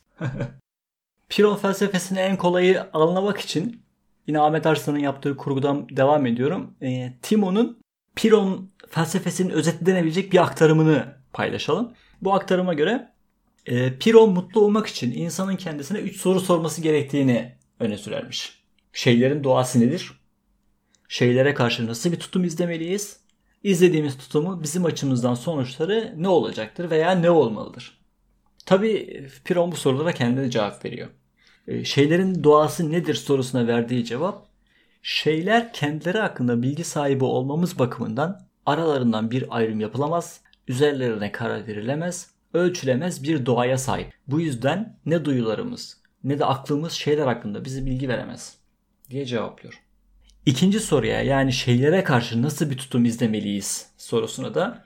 Piron felsefesini en kolayı anlamak için yine Ahmet Arslan'ın yaptığı kurgudan devam ediyorum. Timon'un Piron felsefesinin özeti denebilecek bir aktarımını paylaşalım. Bu aktarıma göre Piron mutlu olmak için insanın kendisine 3 soru sorması gerektiğini öne sürermiş. Şeylerin doğası nedir? Şeylere karşı nasıl bir tutum izlemeliyiz? İzlediğimiz tutumu bizim açımızdan sonuçları ne olacaktır veya ne olmalıdır? Tabii Piron bu sorulara kendine cevap veriyor. Şeylerin doğası nedir sorusuna verdiği cevap, Şeyler kendileri hakkında bilgi sahibi olmamız bakımından aralarından bir ayrım yapılamaz, üzerlerine karar verilemez, ölçülemez bir doğaya sahip. Bu yüzden ne duyularımız ne de aklımız şeyler hakkında bize bilgi veremez diye cevaplıyor. İkinci soruya, yani şeylere karşı nasıl bir tutum izlemeliyiz sorusuna da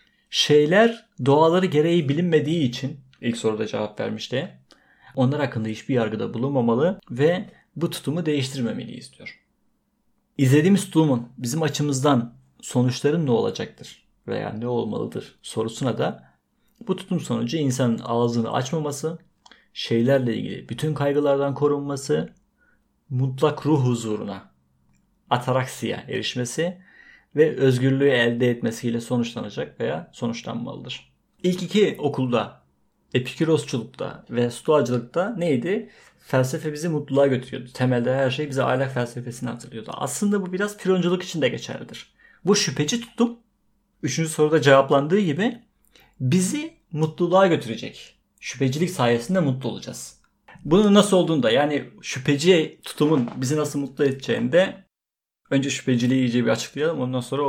şeyler doğaları gereği bilinmediği için ilk soruda cevap vermişti. Onlar hakkında hiçbir yargıda bulunmamalı ve bu tutumu değiştirmemeliyiz diyor. İzlediğimiz tutumun bizim açımızdan sonuçları ne olacaktır veya ne olmalıdır sorusuna da bu tutum sonucu insanın ağzını açmaması, şeylerle ilgili bütün kaygılardan korunması, mutlak ruh huzuruna, ataraksiya erişmesi ve özgürlüğü elde etmesiyle sonuçlanacak veya sonuçlanmalıdır. İlk iki okulda, Epikurosçulukta ve Stoacılıkta neydi? Felsefe bizi mutluluğa götürüyordu. Temelde her şey bize ahlak felsefesini hatırlıyordu. Aslında bu biraz Pironculuk için de geçerlidir. Bu şüpheci tutum, 3. soruda cevaplandığı gibi bizi mutluluğa götürecek. Şüphecilik sayesinde mutlu olacağız. Bunun nasıl olduğunu da, yani şüpheci tutumun bizi nasıl mutlu edeceğini de önce şüpheciliği iyice bir açıklayalım. Ondan sonra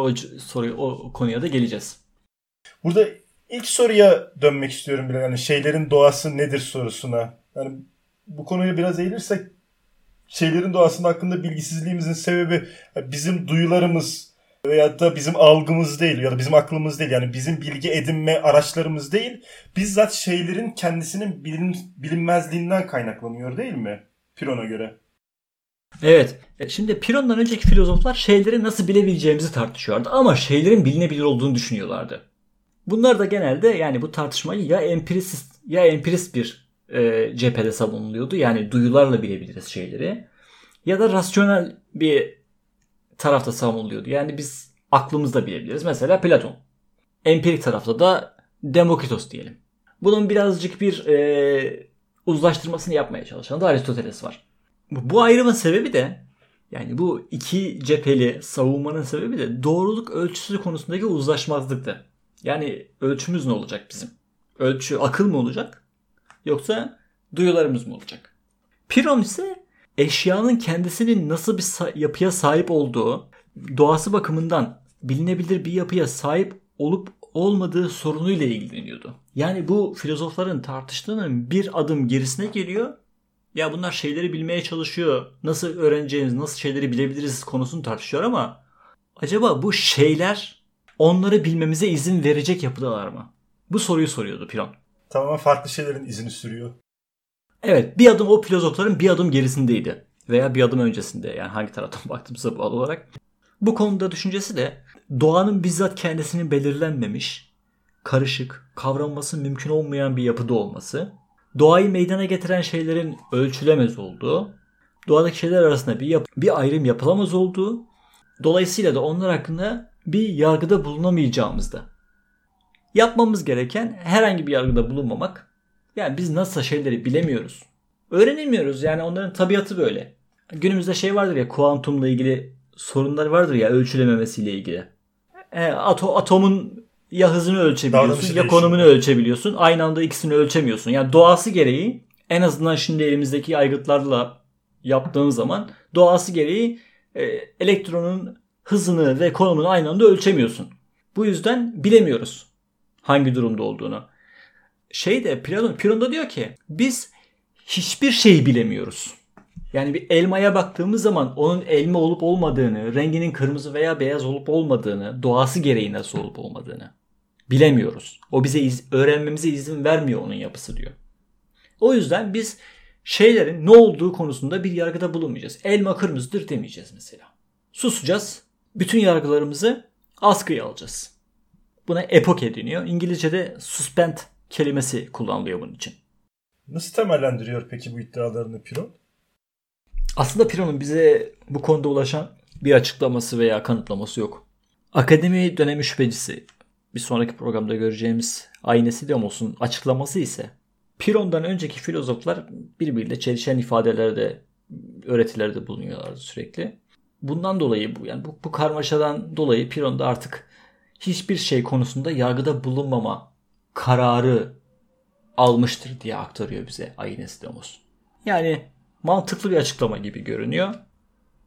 o konuya da geleceğiz. Burada ilk soruya dönmek istiyorum biraz. Yani şeylerin doğası nedir sorusuna. Yani bu konuya biraz eğilirsek, şeylerin doğasının hakkında bilgisizliğimizin sebebi bizim duyularımız veya da bizim algımız değil ya da bizim aklımız değil. Yani bizim bilgi edinme araçlarımız değil. Bizzat şeylerin kendisinin bilinmezliğinden kaynaklanıyor değil mi? Piron'a göre. Evet. Şimdi Piron'dan önceki filozoflar şeyleri nasıl bilebileceğimizi tartışıyorlardı ama şeylerin bilinebilir olduğunu düşünüyorlardı. Bunlar da genelde, yani bu tartışmayı ya empirist bir cephede savunuluyordu. Yani duyularla bilebiliriz şeyleri. Ya da rasyonel bir tarafta savunuluyordu. Yani biz aklımızla bilebiliriz. Mesela Platon. Empirik tarafta da Demokritos diyelim. Bunun birazcık bir uzlaştırmasını yapmaya çalışan da Aristoteles var. Bu ayrımın sebebi de, yani bu iki cepheli savunmanın sebebi de doğruluk ölçüsü konusundaki uzlaşmazlıktı. Yani ölçümüz ne olacak bizim? Ölçü akıl mı olacak? Yoksa duyularımız mı olacak? Piron ise eşyanın kendisinin nasıl bir yapıya sahip olduğu, doğası bakımından bilinebilir bir yapıya sahip olup olmadığı sorunuyla ilgileniyordu. Yani bu filozofların tartıştığının bir adım gerisine geliyor. Ya bunlar şeyleri bilmeye çalışıyor, nasıl öğreneceğimiz, nasıl şeyleri bilebiliriz konusunu tartışıyor ama acaba bu şeyler onları bilmemize izin verecek yapıdalar mı? Bu soruyu soruyordu Piron. Tamamen farklı şeylerin izini sürüyor. Evet, bir adım o filozofların bir adım gerisindeydi. Veya bir adım öncesinde, yani hangi taraftan baktığımıza bağlı olarak. Bu konuda düşüncesi de doğanın bizzat kendisinin belirlenmemiş, karışık, kavranması mümkün olmayan bir yapıda olması, doğayı meydana getiren şeylerin ölçülemez olduğu, doğadaki şeyler arasında bir ayrım yapılamaz olduğu, dolayısıyla da onlar hakkında bir yargıda bulunamayacağımızda. Yapmamız gereken herhangi bir yargıda bulunmamak. Yani biz nasıl şeyleri bilemiyoruz. Öğrenemiyoruz, yani onların tabiatı böyle. Günümüzde şey vardır ya, kuantumla ilgili sorunlar vardır ya, ölçülememesiyle ilgili. Atomun ya hızını ölçebiliyorsun ya konumunu ölçebiliyorsun. Aynı anda ikisini ölçemiyorsun. Yani doğası gereği, en azından şimdi elimizdeki aygıtlarla yaptığımız zaman doğası gereği elektronun hızını ve konumunu aynı anda ölçemiyorsun. Bu yüzden bilemiyoruz hangi durumda olduğunu. Piron da diyor ki biz hiçbir şeyi bilemiyoruz. Yani bir elmaya baktığımız zaman onun elma olup olmadığını, renginin kırmızı veya beyaz olup olmadığını, doğası gereği nasıl olup olmadığını bilemiyoruz. O bize öğrenmemize izin vermiyor, onun yapısı diyor. O yüzden biz şeylerin ne olduğu konusunda bir yargıda bulunmayacağız. Elma kırmızıdır demeyeceğiz mesela. Susacağız. Bütün yargılarımızı askıya alacağız. Buna epoke deniyor. İngilizce'de suspend kelimesi kullanılıyor bunun için. Nasıl temellendiriyor peki bu iddialarını Piron? Aslında Piron'un bize bu konuda ulaşan bir açıklaması veya kanıtlaması yok. Akademi dönemi şüphecisi, bir sonraki programda göreceğimiz Ainesidemos'un açıklaması ise Piron'dan önceki filozoflar birbiriyle çelişen ifadelerde, öğretilerde bulunuyorlardı sürekli. Bundan dolayı bu karmaşadan dolayı Piron da artık hiçbir şey konusunda yargıda bulunmama kararı almıştır diye aktarıyor bize Ainesidemos. Yani mantıklı bir açıklama gibi görünüyor.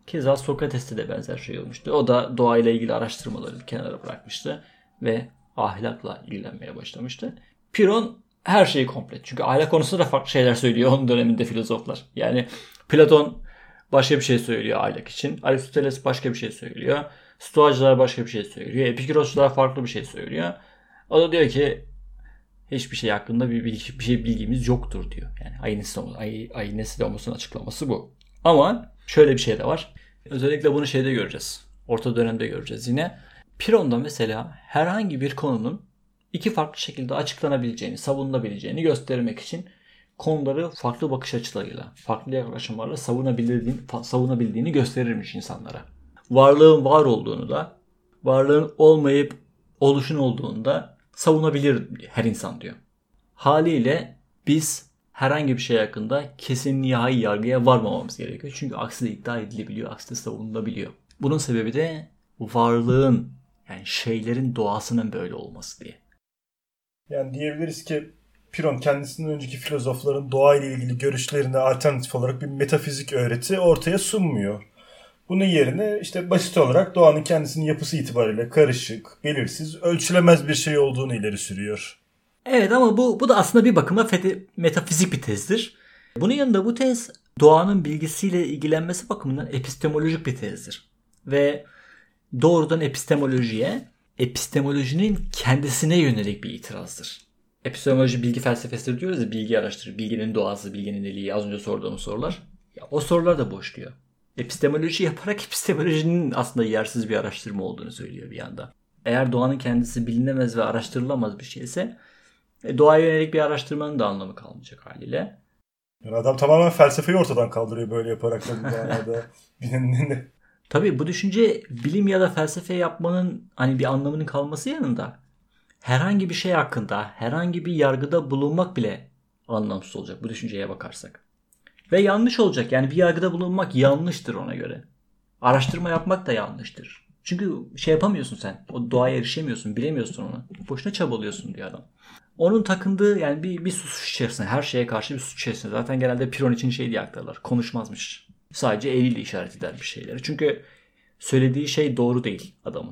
Keza Sokrates'te de benzer şey olmuştu. O da doğayla ilgili araştırmaları kenara bırakmıştı ve ahlakla ilgilenmeye başlamıştı. Piron her şeyi komple. Çünkü ahlak konusunda da farklı şeyler söylüyor onun döneminde filozoflar. Yani Platon başka bir şey söylüyor ahlak için. Aristoteles başka bir şey söylüyor. Stoacılar başka bir şey söylüyor. Epikurosçular farklı bir şey söylüyor. O da diyor ki hiçbir şey hakkında bir bilgimiz yoktur diyor. Yani ayı nesil olmasının açıklaması bu. Ama şöyle bir şey de var. Özellikle bunu şeyde göreceğiz. Orta dönemde göreceğiz yine. Piron'da mesela herhangi bir konunun iki farklı şekilde açıklanabileceğini, savunulabileceğini göstermek için konuları farklı bakış açılarıyla, farklı yaklaşımlarla savunabildiğini gösterirmiş insanlara. Varlığın var olduğunu da, varlığın olmayıp oluşun olduğunu da savunabilir her insan diyor. Haliyle biz herhangi bir şey hakkında kesin nihai yargıya varmamamız gerekiyor. Çünkü aksi de iddia edilebiliyor, aksi de savunulabiliyor. Bunun sebebi de varlığın, yani şeylerin doğasının böyle olması diye. Yani diyebiliriz ki Piron kendisinden önceki filozofların doğayla ilgili görüşlerine alternatif olarak bir metafizik öğreti ortaya sunmuyor. Bunun yerine işte basit olarak doğanın kendisinin yapısı itibariyle karışık, belirsiz, ölçülemez bir şey olduğunu ileri sürüyor. Evet ama bu da aslında bir bakıma metafizik bir tezdir. Bunun yanında bu tez doğanın bilgisiyle ilgilenmesi bakımından epistemolojik bir tezdir. Ve doğrudan epistemolojinin kendisine yönelik bir itirazdır. Epistemoloji bilgi felsefesidir diyoruz ya, bilgi araştırır, bilginin doğası, bilginin deliği, az önce sorduğumuz sorular. Ya, o sorular da boşluyor. Epistemoloji yaparak epistemolojinin aslında yersiz bir araştırma olduğunu söylüyor bir yanda. Eğer doğanın kendisi bilinemez ve araştırılamaz bir şeyse doğaya yönelik bir araştırmanın da anlamı kalmayacak haliyle. Yani adam tamamen felsefeyi ortadan kaldırıyor böyle yaparak da bu manada. Tabii bu düşünce bilim ya da felsefe yapmanın hani bir anlamının kalması yanında herhangi bir şey hakkında herhangi bir yargıda bulunmak bile anlamsız olacak bu düşünceye bakarsak. Ve yanlış olacak. Yani bir yargıda bulunmak yanlıştır ona göre. Araştırma yapmak da yanlıştır. Çünkü şey yapamıyorsun sen. O doğaya erişemiyorsun, bilemiyorsun onu. Boşuna çabalıyorsun diyor adam. Onun takındığı yani bir suç içerisinde, her şeye karşı bir suç içerisinde. Zaten genelde Piron için şey diye aktarlar. Konuşmazmış. Sadece eliyle işaret eder bir şeyleri. Çünkü söylediği şey doğru değil adamın.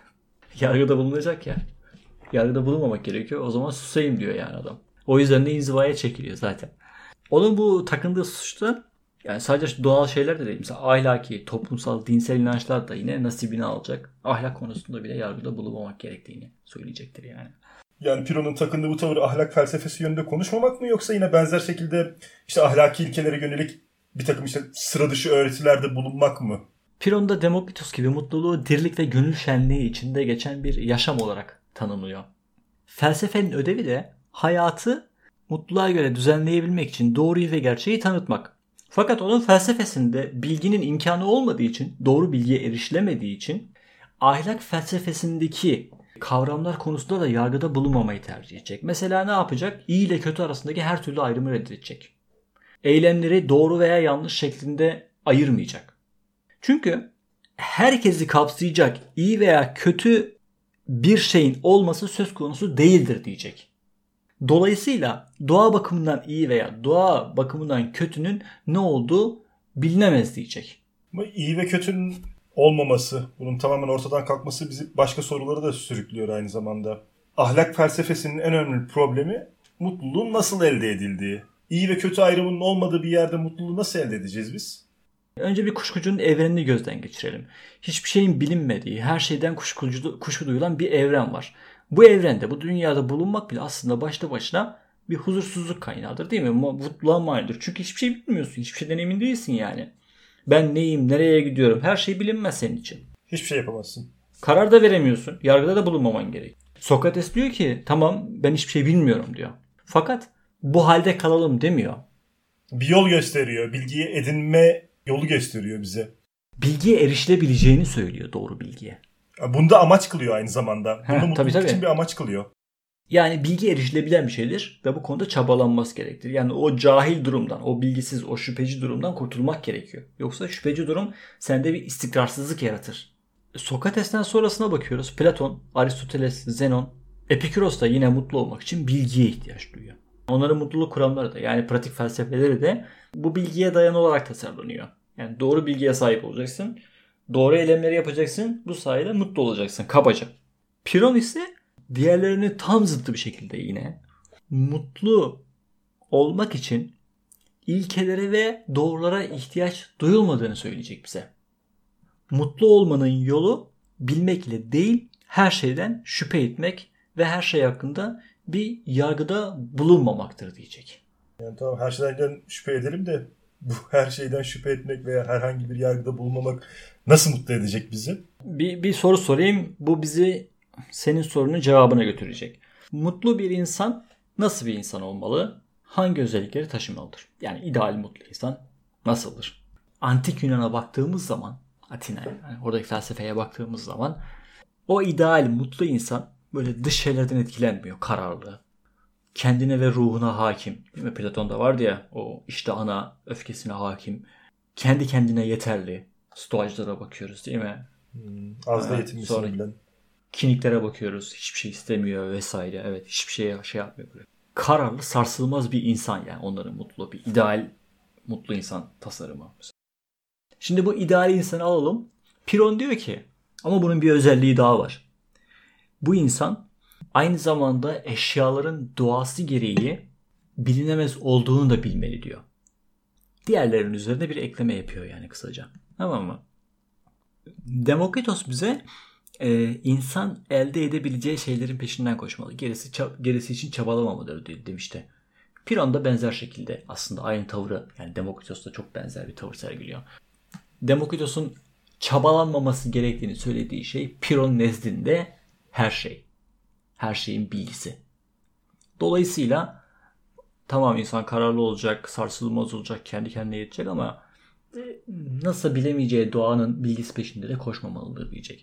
Yargıda bulunacak ya. Yargıda bulunmamak gerekiyor. O zaman susayım diyor yani adam. O yüzden de inzivaya çekiliyor zaten. Onun bu takındığı suçta yani sadece doğal şeyler de değil. Mesela ahlaki, toplumsal, dinsel inançlar da yine nasibini alacak. Ahlak konusunda bile yargıda bulunmamak gerektiğini söyleyecektir yani. Yani Piron'un takındığı bu tavır ahlak felsefesi yönünde konuşmamak mı, yoksa yine benzer şekilde işte ahlaki ilkelere yönelik bir takım işte sıra dışı öğretilerde bulunmak mı? Piron'da Demokritos gibi mutluluğu dirlik ve gönül şenliği içinde geçen bir yaşam olarak tanımlıyor. Felsefenin ödevi de hayatı mutluluğa göre düzenleyebilmek için doğruyu ve gerçeği tanıtmak. Fakat onun felsefesinde bilginin imkanı olmadığı için, doğru bilgiye erişilemediği için ahlak felsefesindeki kavramlar konusunda da yargıda bulunmamayı tercih edecek. Mesela ne yapacak? İyi ile kötü arasındaki her türlü ayrımı reddedecek. Eylemleri doğru veya yanlış şeklinde ayırmayacak. Çünkü herkesi kapsayacak iyi veya kötü bir şeyin olması söz konusu değildir diyecek. Dolayısıyla doğa bakımından iyi veya doğa bakımından kötünün ne olduğu bilinemez diyecek. Ama iyi ve kötünün olmaması, bunun tamamen ortadan kalkması bizi başka sorulara da sürüklüyor aynı zamanda. Ahlak felsefesinin en önemli problemi mutluluğun nasıl elde edildiği. İyi ve kötü ayrımının olmadığı bir yerde mutluluğu nasıl elde edeceğiz biz? Önce bir kuşkucunun evrenini gözden geçirelim. Hiçbir şeyin bilinmediği, her şeyden kuşku duyulan bir evren var. Bu evrende, bu dünyada bulunmak bile aslında başlı başına bir huzursuzluk kaynağıdır değil mi? Mutluluğa manidir. Çünkü hiçbir şey bilmiyorsun. Hiçbir şeyden emin değilsin yani. Ben neyim, nereye gidiyorum? Her şey bilinmez senin için. Hiçbir şey yapamazsın. Karar da veremiyorsun. Yargıda da bulunmaman gerek. Sokrates diyor ki tamam ben hiçbir şey bilmiyorum diyor. Fakat bu halde kalalım demiyor. Bir yol gösteriyor. Bilgiyi edinme yolu gösteriyor bize. Bilgiye erişilebileceğini söylüyor, doğru bilgiye. Bunu da amaç kılıyor aynı zamanda. Bunu mutluluk tabii. için bir amaç kılıyor. Yani bilgi erişilebilen bir şeydir ve bu konuda çabalanması gerektir. Yani o cahil durumdan, o bilgisiz, o şüpheci durumdan kurtulmak gerekiyor. Yoksa şüpheci durum sende bir istikrarsızlık yaratır. Sokrates'ten sonrasına bakıyoruz. Platon, Aristoteles, Zenon, Epikuros da yine mutlu olmak için bilgiye ihtiyaç duyuyor. Onların mutluluk kuramları da yani pratik felsefeleri de bu bilgiye dayalı olarak tasarlanıyor. Yani doğru bilgiye sahip olacaksın. Doğru eylemleri yapacaksın. Bu sayede mutlu olacaksın kabaca. Piron ise diğerlerini tam zıttı bir şekilde yine mutlu olmak için ilkelere ve doğrulara ihtiyaç duyulmadığını söyleyecek bize. Mutlu olmanın yolu bilmekle değil, her şeyden şüphe etmek ve her şey hakkında bir yargıda bulunmamaktır diyecek. Yani tamam, her şeyden şüphe edelim de bu her şeyden şüphe etmek veya herhangi bir yargıda bulunmamak nasıl mutlu edecek bizi? Bir soru sorayım. Bu bizi senin sorunun cevabına götürecek. Mutlu bir insan nasıl bir insan olmalı? Hangi özellikleri taşımalıdır? Yani ideal mutlu insan nasıldır? Antik Yunan'a baktığımız zaman, Atina'ya, yani oradaki felsefeye baktığımız zaman o ideal mutlu insan böyle dış şeylerden etkilenmiyor. Kararlı, kendine ve ruhuna hakim. Değil mi? Platon'da vardı ya, o iştahına, öfkesine hakim. Kendi kendine yeterli. Stoacılara bakıyoruz değil mi? Az da yetinmesini sonra bilen. Kiniklere bakıyoruz. Hiçbir şey istemiyor vesaire. Evet, hiçbir şeye şey yapmıyor böyle. Kararlı, sarsılmaz bir insan yani onların mutlu bir ideal mutlu insan tasarımı. Şimdi bu ideal insanı alalım. Piron diyor ki ama bunun bir özelliği daha var. Bu insan aynı zamanda eşyaların doğası gereği bilinemez olduğunu da bilmeli diyor. Diğerlerinin üzerine bir ekleme yapıyor yani kısaca. Tamam mı? Demokritos bize insan elde edebileceği şeylerin peşinden koşmalı. Gerisi için çabalamamalıdır demişti. Piron da benzer şekilde aslında aynı tavrı, yani Demokritos da çok benzer bir tavır sergiliyor. Demokritos'un çabalanmaması gerektiğini söylediği şey Piron nezdinde her şey. Her şeyin bilgisi. Dolayısıyla tamam, insan kararlı olacak, sarsılmaz olacak, kendi kendine yetecek ama nasıl bilemeyeceği doğanın bilgisi peşinde de koşmamalıdır diyecek.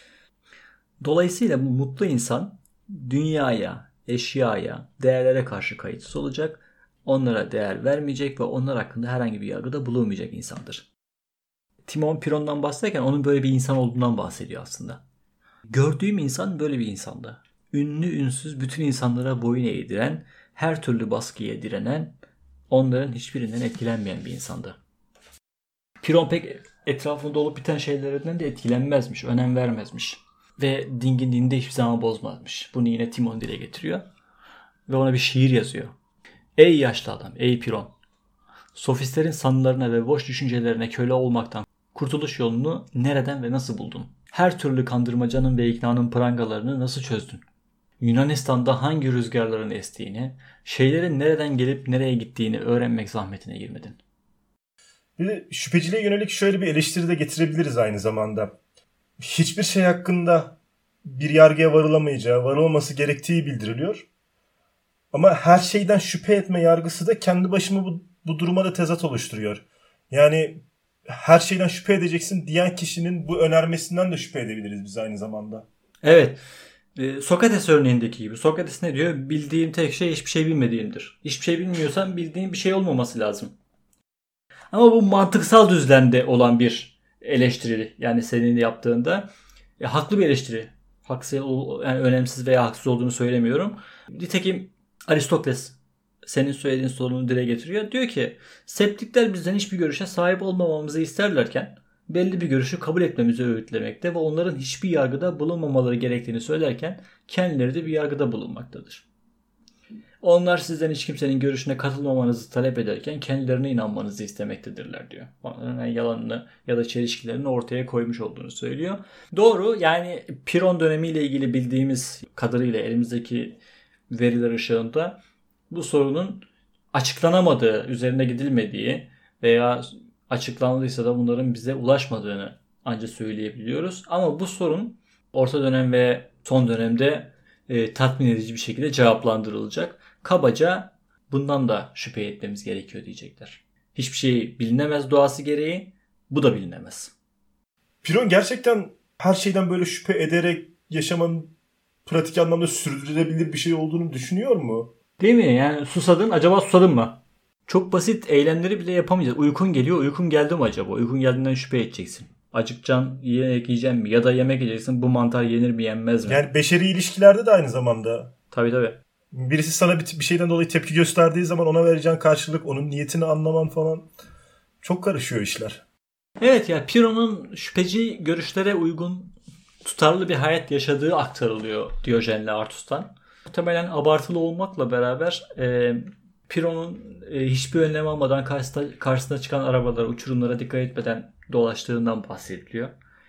Dolayısıyla bu mutlu insan dünyaya, eşyaya, değerlere karşı kayıtsız olacak, onlara değer vermeyecek ve onlar hakkında herhangi bir yargıda bulunmayacak insandır. Timon Piron'dan bahsederken onun böyle bir insan olduğundan bahsediyor aslında. Gördüğüm insan böyle bir insandı. Ünlü ünsüz bütün insanlara boyun eğdiren, her türlü baskıya direnen, onların hiçbirinden etkilenmeyen bir insandı. Piron pek etrafında olup biten şeylerden de etkilenmezmiş, önem vermezmiş. Ve dinginliğini de hiçbir zaman bozmazmış. Bunu yine Timon dile getiriyor. Ve ona bir şiir yazıyor. Ey yaşlı adam, ey Piron. Sofistlerin sanılarına ve boş düşüncelerine köle olmaktan kurtuluş yolunu nereden ve nasıl buldun? Her türlü kandırmacanın ve iknanın prangalarını nasıl çözdün? Yunanistan'da hangi rüzgarların estiğini, şeylerin nereden gelip nereye gittiğini öğrenmek zahmetine girmedin. Bir de şüpheciliğe yönelik şöyle bir eleştiri de getirebiliriz aynı zamanda. Hiçbir şey hakkında bir yargıya varılmaması gerektiği bildiriliyor. Ama her şeyden şüphe etme yargısı da kendi başıma bu duruma da tezat oluşturuyor. Yani her şeyden şüphe edeceksin diyen kişinin bu önermesinden de şüphe edebiliriz biz aynı zamanda. Evet. Sokrates örneğindeki gibi. Sokrates ne diyor? Bildiğim tek şey hiçbir şey bilmediğimdir. Hiçbir şey bilmiyorsan bildiğin bir şey olmaması lazım. Ama bu mantıksal düzlemde olan bir eleştiri. Yani senin yaptığında haklı bir eleştiri. Haksız, yani önemsiz veya haksız olduğunu söylemiyorum. Nitekim Aristoteles senin söylediğin sorunu dile getiriyor. Diyor ki septikler bizden hiçbir görüşe sahip olmamamızı isterlerken belli bir görüşü kabul etmemizi öğütlemekte ve onların hiçbir yargıda bulunmamaları gerektiğini söylerken kendileri de bir yargıda bulunmaktadır. Onlar sizden hiç kimsenin görüşüne katılmamanızı talep ederken kendilerine inanmanızı istemektedirler diyor. Onların yalanını ya da çelişkilerini ortaya koymuş olduğunu söylüyor. Doğru, yani Piron dönemiyle ilgili bildiğimiz kadarıyla elimizdeki veriler ışığında bu sorunun açıklanamadığı, üzerine gidilmediği veya açıklandıysa da bunların bize ulaşmadığını ancak söyleyebiliyoruz. Ama bu sorun orta dönem ve son dönemde tatmin edici bir şekilde cevaplandırılacak. Kabaca bundan da şüphe etmemiz gerekiyor diyecekler. Hiçbir şey bilinemez doğası gereği, bu da bilinemez. Piron gerçekten her şeyden böyle şüphe ederek yaşamanın pratik anlamda sürdürülebilir bir şey olduğunu düşünüyor mu? Değil mi? Yani susadın, acaba susadın mı? Çok basit eylemleri bile yapamayacağız. Uykun geliyor, uykun geldi mi acaba? Uykun geldiğinden şüphe edeceksin. Acıkcan, yemek yiyeceksin mi? Ya da yemek yiyeceksin, bu mantar yenir mi yenmez mi? Yani beşeri ilişkilerde de aynı zamanda. Tabii. Birisi sana bir şeyden dolayı tepki gösterdiği zaman ona vereceğin karşılık, onun niyetini anlaman falan çok karışıyor işler. Evet ya, Piro'nun şüpheci görüşlere uygun tutarlı bir hayat yaşadığı aktarılıyor Diyojen'le Artus'tan. Muhtemelen abartılı olmakla beraber Piro'nun hiçbir önlem almadan karşısına çıkan arabalara, uçurumlara dikkat etmeden dolaştığından bahsediliyor.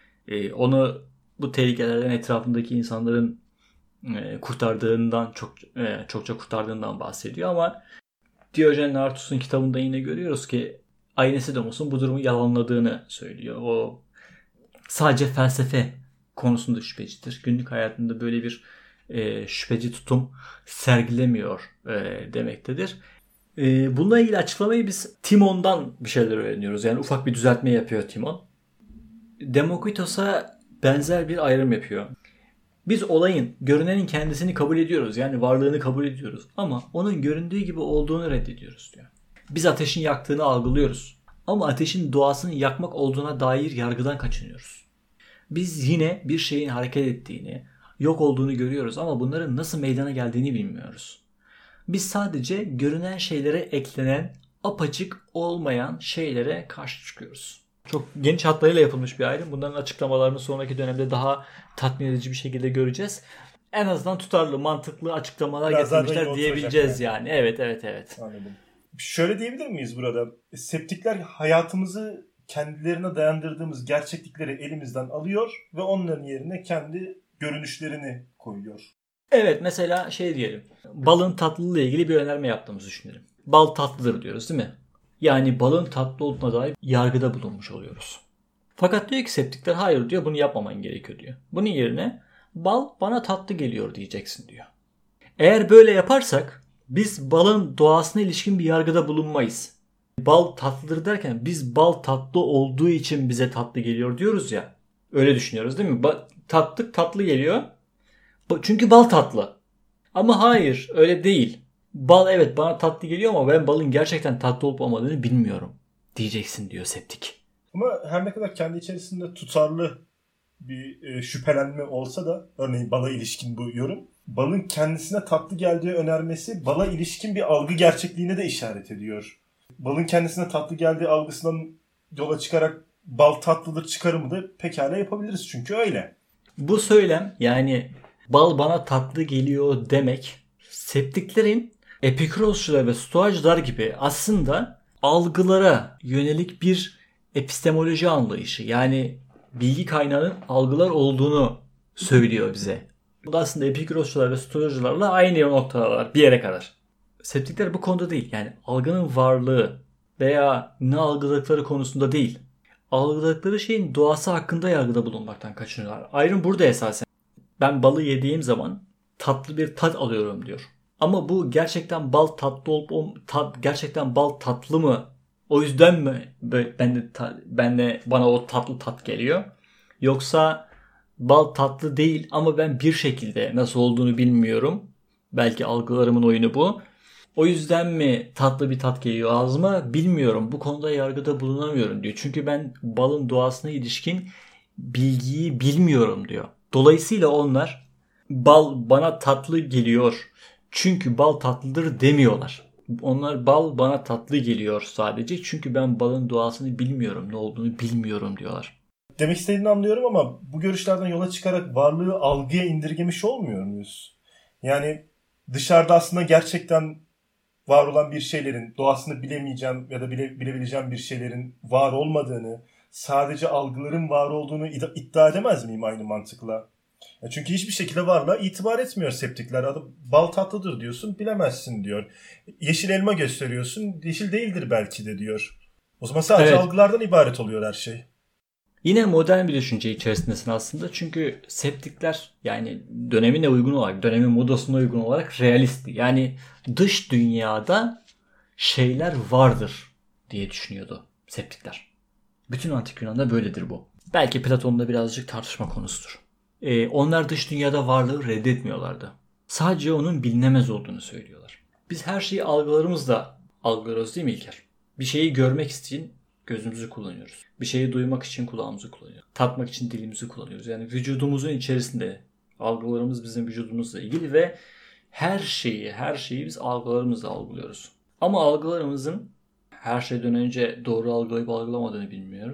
Onu bu tehlikelerden etrafındaki insanların kurtardığından çokça kurtardığından bahsediyor ama Diyojen Artus'un kitabında yine görüyoruz ki Ainesidemos'un bu durumu yalanladığını söylüyor. O sadece felsefe konusunda şüphecidir. Günlük hayatında böyle bir şüpheci tutum sergilemiyor demektedir. Bununla ilgili açıklamayı biz Timon'dan bir şeyler öğreniyoruz. Yani ufak bir düzeltme yapıyor Timon. Demokritos'a benzer bir ayrım yapıyor. Biz olayın, görünenin kendisini kabul ediyoruz. Yani varlığını kabul ediyoruz. Ama onun göründüğü gibi olduğunu reddediyoruz diyor. Biz ateşin yaktığını algılıyoruz. Ama ateşin doğasının yakmak olduğuna dair yargıdan kaçınıyoruz. Biz yine bir şeyin hareket ettiğini, yok olduğunu görüyoruz ama bunların nasıl meydana geldiğini bilmiyoruz. Biz sadece görünen şeylere eklenen, apaçık olmayan şeylere karşı çıkıyoruz. Çok geniş hatlarıyla yapılmış bir ayrım. Bunların açıklamalarını sonraki dönemde daha tatmin edici bir şekilde göreceğiz. En azından tutarlı, mantıklı açıklamalar getirmişler diyebileceğiz yani. Evet. Anladım. Şöyle diyebilir miyiz burada? Septikler hayatımızı kendilerine dayandırdığımız gerçeklikleri elimizden alıyor ve onların yerine kendi görünüşlerini koyuyor. Evet, mesela diyelim. Balın tatlılığı ile ilgili bir önerme yaptığımızı düşünelim. Bal tatlıdır diyoruz değil mi? Yani balın tatlı olduğuna dair yargıda bulunmuş oluyoruz. Fakat diyor ki septikler hayır diyor, bunu yapmaman gerekiyor diyor. Bunun yerine bal bana tatlı geliyor diyeceksin diyor. Eğer böyle yaparsak biz balın doğasına ilişkin bir yargıda bulunmayız. Bal tatlıdır derken biz bal tatlı olduğu için bize tatlı geliyor diyoruz ya. Öyle düşünüyoruz değil mi? Tatlı geliyor. Çünkü bal tatlı. Ama hayır, öyle değil. Bal evet bana tatlı geliyor ama ben balın gerçekten tatlı olup olmadığını bilmiyorum diyeceksin diyor septik. Ama her ne kadar kendi içerisinde tutarlı bir şüphelenme olsa da, örneğin bala ilişkin bu yorum, balın kendisine tatlı geldiği önermesi bala ilişkin bir algı gerçekliğine de işaret ediyor. Balın kendisine tatlı geldiği algısından yola çıkarak bal tatlıdır çıkarımı da pekala yapabiliriz çünkü öyle. Bu söylem, yani bal bana tatlı geliyor demek, septiklerin Epikurosçular ve Stoacılar gibi aslında algılara yönelik bir epistemoloji anlayışı, yani bilgi kaynağının algılar olduğunu söylüyor bize. Bu da aslında Epikurosçular ve Stoacılarla aynı noktalar bir yere kadar. Septikler bu konuda değil, yani algının varlığı veya ne algıladıkları konusunda değil, algıladıkları şeyin doğası hakkında yargıda bulunmaktan kaçınıyorlar. Ayrım burada esasen. Ben balı yediğim zaman tatlı bir tat alıyorum diyor. Ama bu gerçekten bal tatlı olup gerçekten bal tatlı mı? O yüzden mi bana o tatlı tat geliyor? Yoksa bal tatlı değil ama ben bir şekilde nasıl olduğunu bilmiyorum. Belki algılarımın oyunu bu. O yüzden mi tatlı bir tat geliyor ağzıma bilmiyorum. Bu konuda yargıda bulunamıyorum diyor. Çünkü ben balın doğasına ilişkin bilgiyi bilmiyorum diyor. Dolayısıyla onlar bal bana tatlı geliyor çünkü bal tatlıdır demiyorlar. Onlar bal bana tatlı geliyor sadece çünkü ben balın doğasını bilmiyorum, ne olduğunu bilmiyorum diyorlar. Demek istediğini anlıyorum ama bu görüşlerden yola çıkarak varlığı algıya indirgemiş olmuyor muyuz? Yani dışarıda aslında gerçekten var olan bir şeylerin, doğasını bilemeyeceğim ya da bilebileceğim bir şeylerin var olmadığını, sadece algıların var olduğunu iddia edemez miyim aynı mantıkla? Çünkü hiçbir şekilde varlığa itibar etmiyor septikler. Bal tatlıdır diyorsun, bilemezsin diyor. Yeşil elma gösteriyorsun, yeşil değildir belki de diyor. O zaman sadece algılardan ibaret oluyor her şey. Yine modern bir düşünce içerisindesin aslında. Çünkü septikler yani dönemine uygun olarak, dönemin modasına uygun olarak realistti. Yani dış dünyada şeyler vardır diye düşünüyordu septikler. Bütün antik Yunan'da böyledir bu. Belki Platon'da birazcık tartışma konusudur. Onlar dış dünyada varlığı reddetmiyorlardı. Sadece onun bilinemez olduğunu söylüyorlar. Biz her şeyi algılarımızla algılıyoruz değil mi İlker? Bir şeyi görmek için gözümüzü kullanıyoruz. Bir şeyi duymak için kulağımızı kullanıyoruz. Tatmak için dilimizi kullanıyoruz. Yani vücudumuzun içerisinde algılarımız bizim vücudumuzla ilgili ve her şeyi biz algılarımızla algılıyoruz. Ama algılarımızın her şeyden önce doğru algılayıp algılamadığını bilmiyoruz.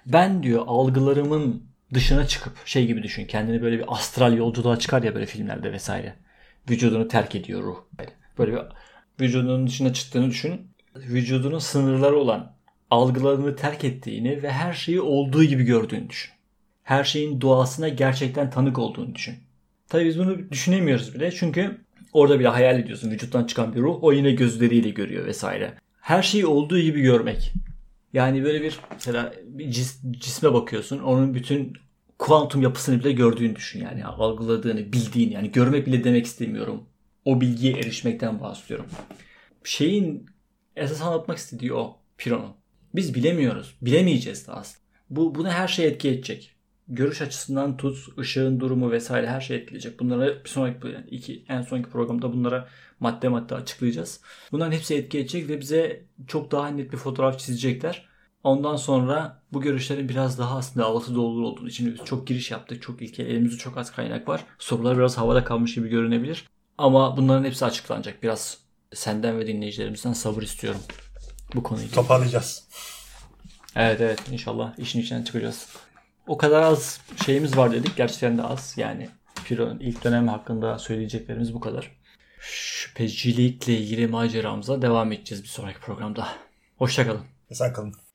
Ben diyor algılarımın dışına çıkıp şey gibi düşün. Kendini böyle bir astral yolculuğa çıkar ya böyle filmlerde vesaire. Vücudunu terk ediyor ruh. Böyle bir vücudunun dışına çıktığını düşün. Vücudunun sınırları olan algılarını terk ettiğini ve her şeyi olduğu gibi gördüğünü düşün. Her şeyin doğasına gerçekten tanık olduğunu düşün. Tabii biz bunu düşünemiyoruz bile çünkü orada bile hayal ediyorsun. Vücuttan çıkan bir ruh o yine gözleriyle görüyor vesaire. Her şeyi olduğu gibi görmek. Yani böyle bir mesela bir cisme bakıyorsun. Onun bütün kuantum yapısını bile gördüğünü düşün. Yani algıladığını, bildiğini. Yani görmek bile demek istemiyorum. O bilgiye erişmekten bahsediyorum. Şeyin esas anlatmak istediği o Piro'nun. Biz bilemiyoruz. Bilemeyeceğiz de aslında. Buna her şey etki edecek. Görüş açısından tut, ışığın durumu vesaire her şey etkileyecek. Bunları bir sonraki en sonki programda bunlara madde madde açıklayacağız. Bunların hepsi etki edecek ve bize çok daha net bir fotoğraf çizecekler. Ondan sonra bu görüşlerin biraz daha aslında havası dolu olduğunu için biz çok giriş yaptık. Çok ilkel, elimizde çok az kaynak var. Sorular biraz havada kalmış gibi görünebilir. Ama bunların hepsi açıklanacak. Biraz senden ve dinleyicilerimizden sabır istiyorum bu konuyu. Toparlayacağız. Evet inşallah işin içinden çıkacağız. O kadar az şeyimiz var dedik. Gerçekten de az. Yani Piro'nun ilk dönemi hakkında söyleyeceklerimiz bu kadar. Şüphecilikle ilgili maceramıza devam edeceğiz bir sonraki programda. Hoşça kalın. Esen kalın.